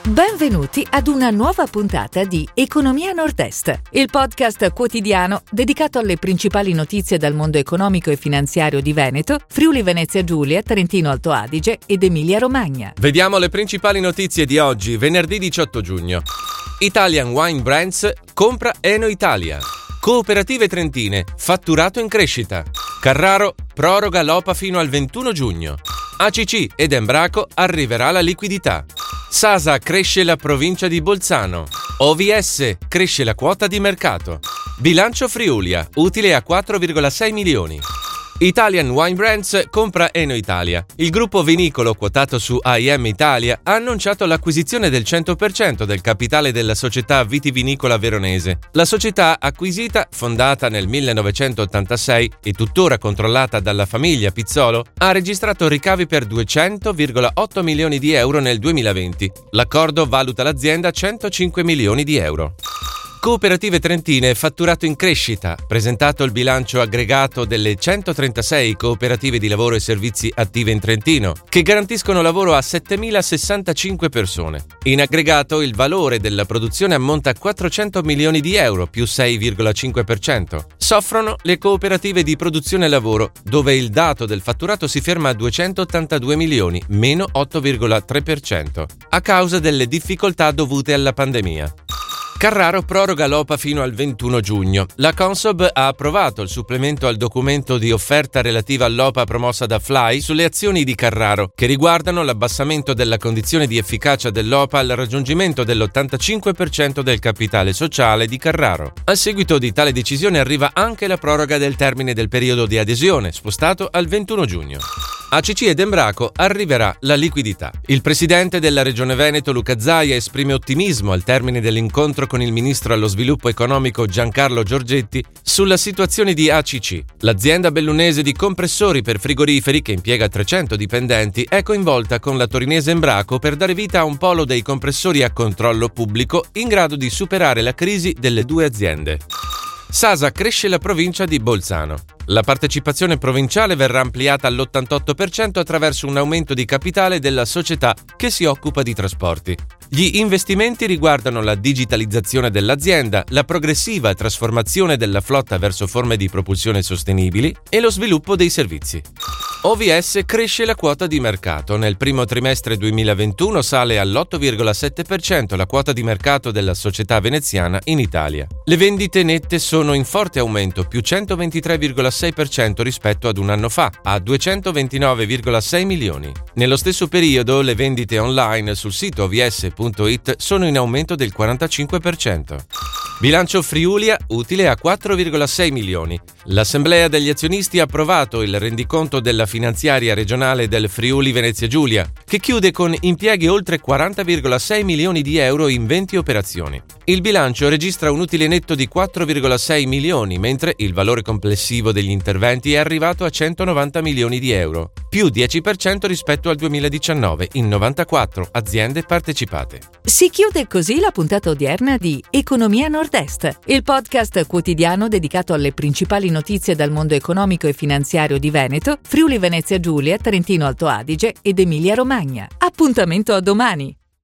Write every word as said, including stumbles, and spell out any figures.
Benvenuti ad una nuova puntata di Economia Nord-Est, il podcast quotidiano dedicato alle principali notizie dal mondo economico e finanziario di Veneto, Friuli Venezia Giulia, Trentino Alto Adige ed Emilia Romagna. Vediamo le principali notizie di oggi, venerdì diciotto giugno. Italian Wine Brands compra Eno Italia. Cooperative trentine, fatturato in crescita. Carraro proroga l'O P A fino al ventuno giugno. A C C ed Embraco arriverà la liquidità. Sasa cresce la provincia di Bolzano. O V S cresce la quota di mercato. Bilancio Friulia, utile a quattro virgola sei milioni. Italian Wine Brands compra Eno Italia. Il gruppo vinicolo quotato su A I M Italia ha annunciato l'acquisizione del cento per cento del capitale della società vitivinicola veronese. La società acquisita, fondata nel millenovecentottantasei e tuttora controllata dalla famiglia Pizzolo, ha registrato ricavi per duecento virgola otto milioni di euro nel duemilaventi. L'accordo valuta l'azienda a centocinque milioni di euro. Cooperative trentine, fatturato in crescita, presentato il bilancio aggregato delle centotrentasei cooperative di lavoro e servizi attive in Trentino, che garantiscono lavoro a settemilasessantacinque persone. In aggregato il valore della produzione ammonta a quattrocento milioni di euro, più sei virgola cinque per cento. Soffrono le cooperative di produzione lavoro, dove il dato del fatturato si ferma a duecentottantadue milioni, meno otto virgola tre per cento, a causa delle difficoltà dovute alla pandemia. Carraro proroga l'O P A fino al ventuno giugno. La Consob ha approvato il supplemento al documento di offerta relativa all'O P A promossa da Fly sulle azioni di Carraro, che riguardano l'abbassamento della condizione di efficacia dell'O P A al raggiungimento dell'ottantacinque per cento del capitale sociale di Carraro. A seguito di tale decisione arriva anche la proroga del termine del periodo di adesione, spostato al ventuno giugno. A C C ed Embraco arriverà la liquidità. Il presidente della Regione Veneto, Luca Zaia, esprime ottimismo al termine dell'incontro con il ministro allo sviluppo economico Giancarlo Giorgetti sulla situazione di A C C. L'azienda bellunese di compressori per frigoriferi, che impiega trecento dipendenti, è coinvolta con la torinese Embraco per dare vita a un polo dei compressori a controllo pubblico in grado di superare la crisi delle due aziende. Sasa cresce la provincia di Bolzano. La partecipazione provinciale verrà ampliata all'ottantotto per cento attraverso un aumento di capitale della società che si occupa di trasporti. Gli investimenti riguardano la digitalizzazione dell'azienda, la progressiva trasformazione della flotta verso forme di propulsione sostenibili e lo sviluppo dei servizi. O V S cresce la quota di mercato. Nel primo trimestre duemilaventuno sale all'otto virgola sette per cento la quota di mercato della società veneziana in Italia. Le vendite nette sono in forte aumento, più centoventitré virgola sei per cento rispetto ad un anno fa, a duecentoventinove virgola sei milioni. Nello stesso periodo le vendite online sul sito o v s punto i t sono in aumento del quarantacinque per cento. Bilancio Friulia, utile a quattro virgola sei milioni. L'Assemblea degli azionisti ha approvato il rendiconto della finanziaria regionale del Friuli Venezia Giulia, che chiude con impieghi oltre quaranta virgola sei milioni di euro in venti operazioni. Il bilancio registra un utile netto di quattro virgola sei milioni, mentre il valore complessivo degli interventi è arrivato a centonovanta milioni di euro, più dieci per cento rispetto al duemiladiciannove, in novantaquattro aziende partecipate. Si chiude così la puntata odierna di Economia Nord-Est, il podcast quotidiano dedicato alle principali notizie dal mondo economico e finanziario di Veneto, Friuli Venezia Giulia, Trentino Alto Adige ed Emilia Romagna. Appuntamento a domani!